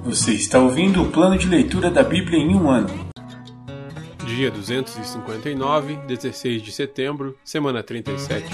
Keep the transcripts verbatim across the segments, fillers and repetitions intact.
Você está ouvindo o plano de leitura da Bíblia em um ano. Dia duzentos e cinquenta e nove, dezesseis de setembro, semana trinta e sete.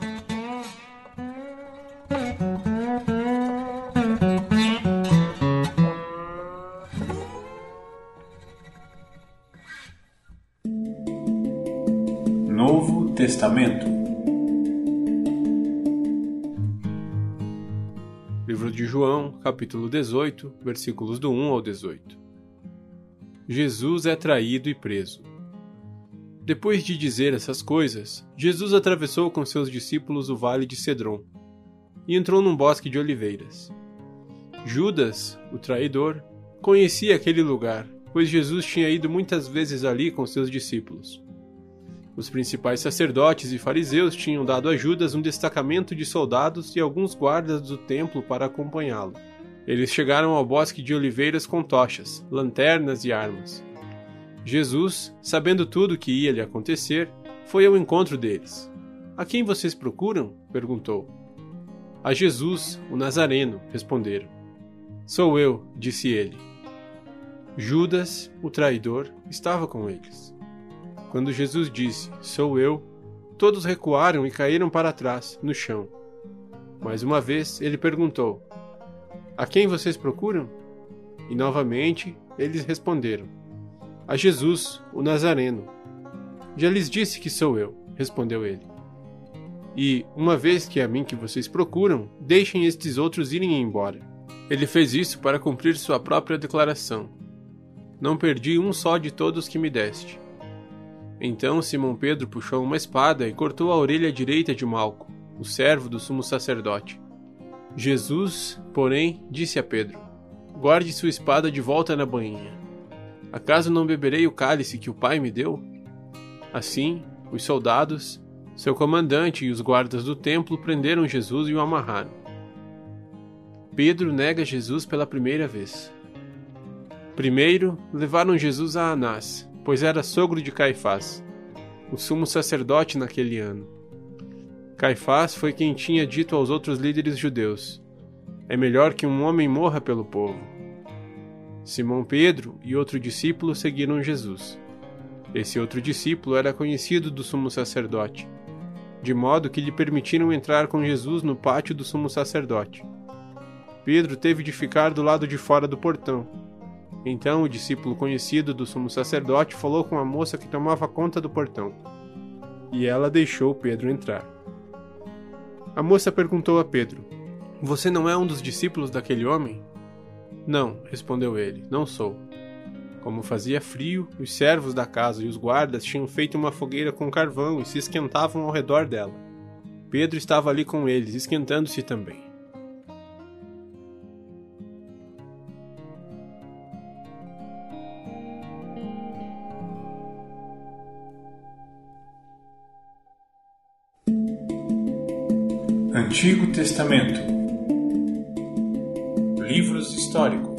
Novo Testamento. Livro de João, capítulo dezoito, versículos do um ao dezoito. Jesus é traído e preso. Depois de dizer essas coisas, Jesus atravessou com seus discípulos o vale de Cedron e entrou num bosque de oliveiras. Judas, o traidor, conhecia aquele lugar, pois Jesus tinha ido muitas vezes ali com seus discípulos. Os principais sacerdotes e fariseus tinham dado a Judas um destacamento de soldados e alguns guardas do templo para acompanhá-lo. Eles chegaram ao bosque de oliveiras com tochas, lanternas e armas. Jesus, sabendo tudo o que ia lhe acontecer, foi ao encontro deles. "A quem vocês procuram?" perguntou. "A Jesus, o Nazareno", responderam. "Sou eu", disse ele. Judas, o traidor, estava com eles. Quando Jesus disse, "Sou eu", todos recuaram e caíram para trás, no chão. Mais uma vez, ele perguntou, "A quem vocês procuram?" E novamente, eles responderam, "A Jesus, o Nazareno." "Já lhes disse que sou eu", respondeu ele. "E, uma vez que é a mim que vocês procuram, deixem estes outros irem embora." Ele fez isso para cumprir sua própria declaração. "Não perdi um só de todos que me deste." Então Simão Pedro puxou uma espada e cortou a orelha direita de Malco, o servo do sumo sacerdote. Jesus, porém, disse a Pedro, "Guarde sua espada de volta na bainha. Acaso não beberei o cálice que o Pai me deu?" Assim, os soldados, seu comandante e os guardas do templo prenderam Jesus e o amarraram. Pedro nega Jesus pela primeira vez. Primeiro, levaram Jesus a Anás, pois era sogro de Caifás, o sumo sacerdote naquele ano. Caifás foi quem tinha dito aos outros líderes judeus, "É melhor que um homem morra pelo povo." Simão Pedro e outro discípulo seguiram Jesus. Esse outro discípulo era conhecido do sumo sacerdote, de modo que lhe permitiram entrar com Jesus no pátio do sumo sacerdote. Pedro teve de ficar do lado de fora do portão. Então o discípulo conhecido do sumo sacerdote falou com a moça que tomava conta do portão, e ela deixou Pedro entrar. A moça perguntou a Pedro, "Você não é um dos discípulos daquele homem?" "Não", respondeu ele, "não sou." Como fazia frio, os servos da casa e os guardas tinham feito uma fogueira com carvão e se esquentavam ao redor dela. Pedro estava ali com eles, esquentando-se também. Antigo Testamento. Livros históricos.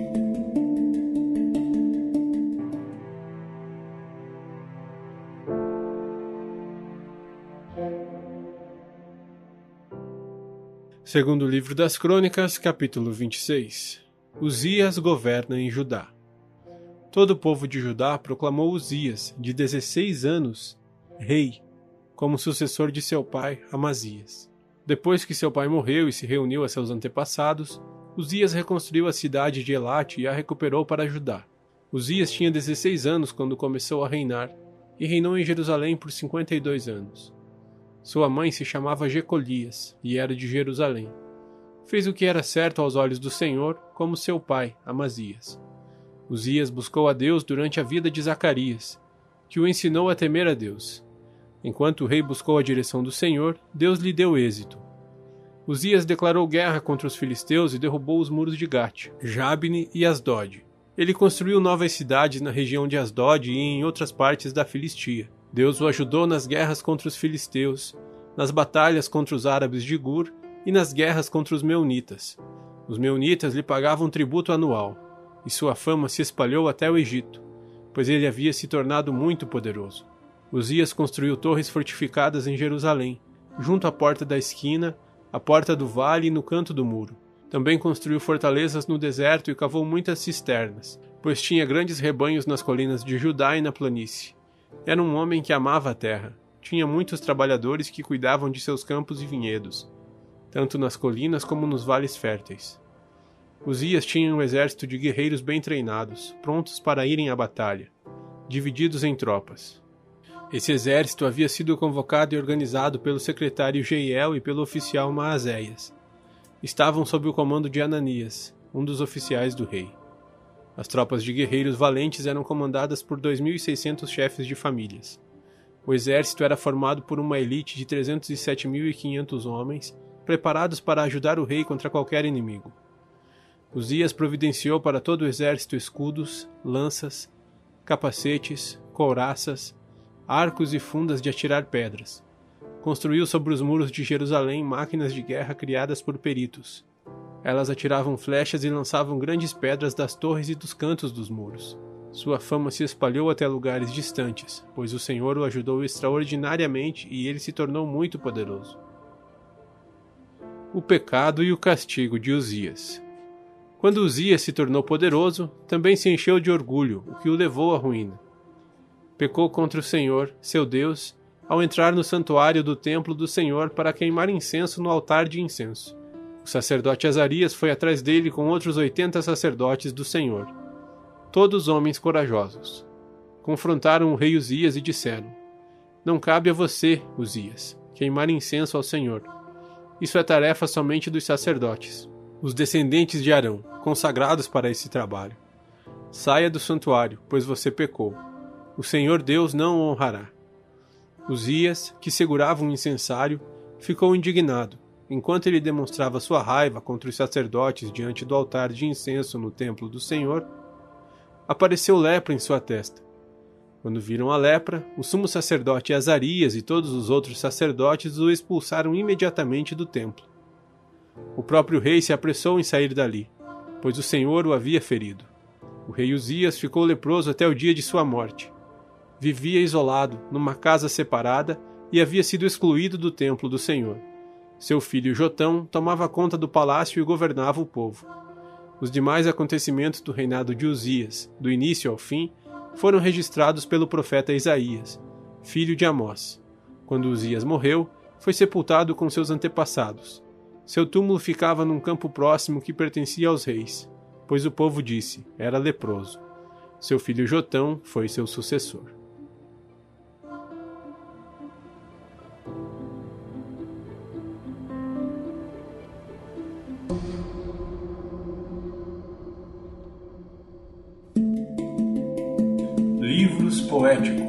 Segundo livro das Crônicas, capítulo vinte e seis. Uzias governa em Judá. Todo o povo de Judá proclamou Uzias, de dezesseis anos, rei, como sucessor de seu pai, Amazias. Depois que seu pai morreu e se reuniu a seus antepassados, Uzias reconstruiu a cidade de Elate e a recuperou para Judá. Uzias tinha dezesseis anos quando começou a reinar, e reinou em Jerusalém por cinquenta e dois anos. Sua mãe se chamava Jecolias, e era de Jerusalém. Fez o que era certo aos olhos do Senhor, como seu pai, Amazias. Uzias buscou a Deus durante a vida de Zacarias, que o ensinou a temer a Deus. Enquanto o rei buscou a direção do Senhor, Deus lhe deu êxito. Uzias declarou guerra contra os filisteus e derrubou os muros de Gate, Jabne e Asdod. Ele construiu novas cidades na região de Asdod e em outras partes da Filistia. Deus o ajudou nas guerras contra os filisteus, nas batalhas contra os árabes de Gur e nas guerras contra os meunitas. Os meunitas lhe pagavam tributo anual, e sua fama se espalhou até o Egito, pois ele havia se tornado muito poderoso. Uzias construiu torres fortificadas em Jerusalém, junto à porta da esquina, à porta do vale e no canto do muro. Também construiu fortalezas no deserto e cavou muitas cisternas, pois tinha grandes rebanhos nas colinas de Judá e na planície. Era um homem que amava a terra. Tinha muitos trabalhadores que cuidavam de seus campos e vinhedos, tanto nas colinas como nos vales férteis. Uzias tinha um exército de guerreiros bem treinados, prontos para irem à batalha, divididos em tropas. Esse exército havia sido convocado e organizado pelo secretário Jeiel e pelo oficial Maazéias. Estavam sob o comando de Ananias, um dos oficiais do rei. As tropas de guerreiros valentes eram comandadas por dois mil e seiscentos chefes de famílias. O exército era formado por uma elite de trezentos e sete mil e quinhentos homens, preparados para ajudar o rei contra qualquer inimigo. Uzias providenciou para todo o exército escudos, lanças, capacetes, couraças, arcos e fundas de atirar pedras. Construiu sobre os muros de Jerusalém máquinas de guerra criadas por peritos. Elas atiravam flechas e lançavam grandes pedras das torres e dos cantos dos muros. Sua fama se espalhou até lugares distantes, pois o Senhor o ajudou extraordinariamente e ele se tornou muito poderoso. O pecado e o castigo de Uzias. Quando Uzias se tornou poderoso, também se encheu de orgulho, o que o levou à ruína. Pecou contra o Senhor, seu Deus, ao entrar no santuário do templo do Senhor para queimar incenso no altar de incenso. O sacerdote Azarias foi atrás dele com outros oitenta sacerdotes do Senhor, todos homens corajosos. Confrontaram o rei Uzias e disseram: Não cabe a você, Uzias, queimar incenso ao Senhor. Isso é tarefa somente dos sacerdotes, os descendentes de Arão, consagrados para esse trabalho. Saia do santuário, pois você pecou. O Senhor Deus não o honrará. Uzias, que segurava um incensário, ficou indignado. Enquanto ele demonstrava sua raiva contra os sacerdotes diante do altar de incenso no templo do Senhor, apareceu lepra em sua testa. Quando viram a lepra, o sumo sacerdote Azarias e todos os outros sacerdotes o expulsaram imediatamente do templo. O próprio rei se apressou em sair dali, pois o Senhor o havia ferido. O rei Uzias ficou leproso até o dia de sua morte. Vivia isolado, numa casa separada, e havia sido excluído do templo do Senhor. Seu filho Jotão tomava conta do palácio e governava o povo. Os demais acontecimentos do reinado de Uzias, do início ao fim, foram registrados pelo profeta Isaías, filho de Amós. Quando Uzias morreu, foi sepultado com seus antepassados. Seu túmulo ficava num campo próximo que pertencia aos reis, pois o povo disse, era leproso. Seu filho Jotão foi seu sucessor. Livros poéticos.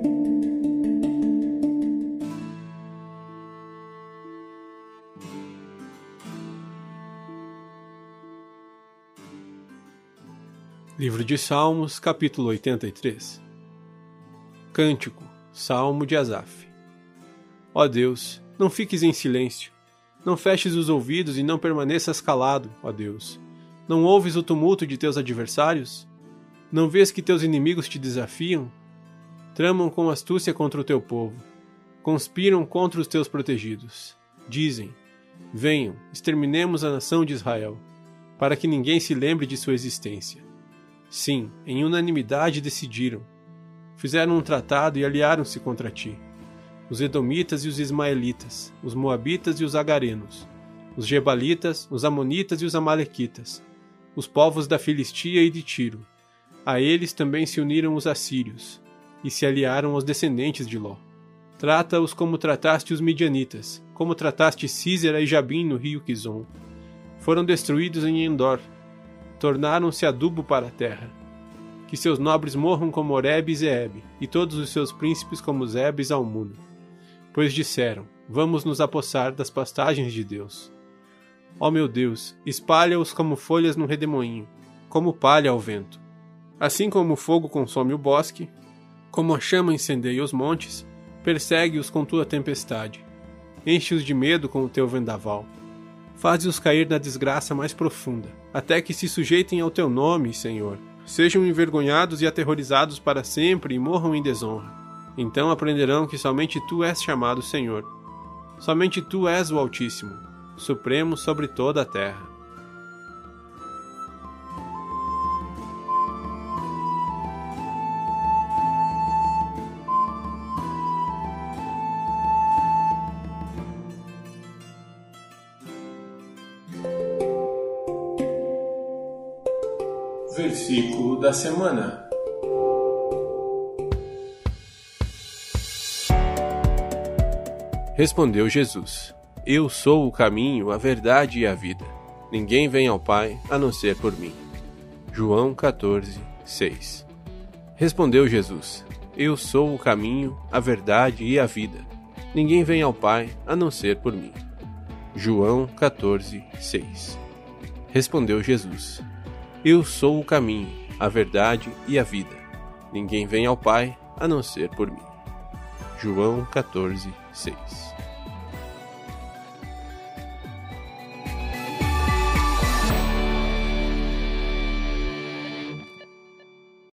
Livro de Salmos, capítulo oitenta e três. Cântico, Salmo de Asaf. Ó Deus, não fiques em silêncio, não feches os ouvidos e não permaneças calado, ó Deus. Não ouves o tumulto de teus adversários? Não vês que teus inimigos te desafiam? Tramam com astúcia contra o teu povo, conspiram contra os teus protegidos. Dizem, venham, exterminemos a nação de Israel, para que ninguém se lembre de sua existência. Sim, em unanimidade decidiram. Fizeram um tratado e aliaram-se contra ti. Os Edomitas e os Ismaelitas, os Moabitas e os Agarenos, os Gebalitas, os Amonitas e os Amalequitas, os povos da Filistia e de Tiro. A eles também se uniram os assírios, e se aliaram aos descendentes de Ló. Trata-os como trataste os midianitas, como trataste Sísera e Jabim no rio Quizon. Foram destruídos em Endor, tornaram-se adubo para a terra. Que seus nobres morram como Oreb e Zeeb, e todos os seus príncipes como Zeb e Zalmuna. Pois disseram, vamos nos apossar das pastagens de Deus. Ó meu Deus, espalha-os como folhas num redemoinho, como palha ao vento. Assim como o fogo consome o bosque, como a chama incendeia os montes, persegue-os com tua tempestade. Enche-os de medo com o teu vendaval. Faze-os cair na desgraça mais profunda, até que se sujeitem ao teu nome, Senhor. Sejam envergonhados e aterrorizados para sempre e morram em desonra. Então aprenderão que somente tu és chamado Senhor. Somente tu és o Altíssimo, supremo sobre toda a terra. Versículo da semana. Respondeu Jesus: Eu sou o caminho, a verdade e a vida. Ninguém vem ao Pai a não ser por mim. João quatorze, seis. Respondeu Jesus: Eu sou o caminho, a verdade e a vida. Ninguém vem ao Pai a não ser por mim. João quatorze, seis. Respondeu Jesus: Eu sou o caminho, a verdade e a vida. Ninguém vem ao Pai a não ser por mim. João quatorze, seis.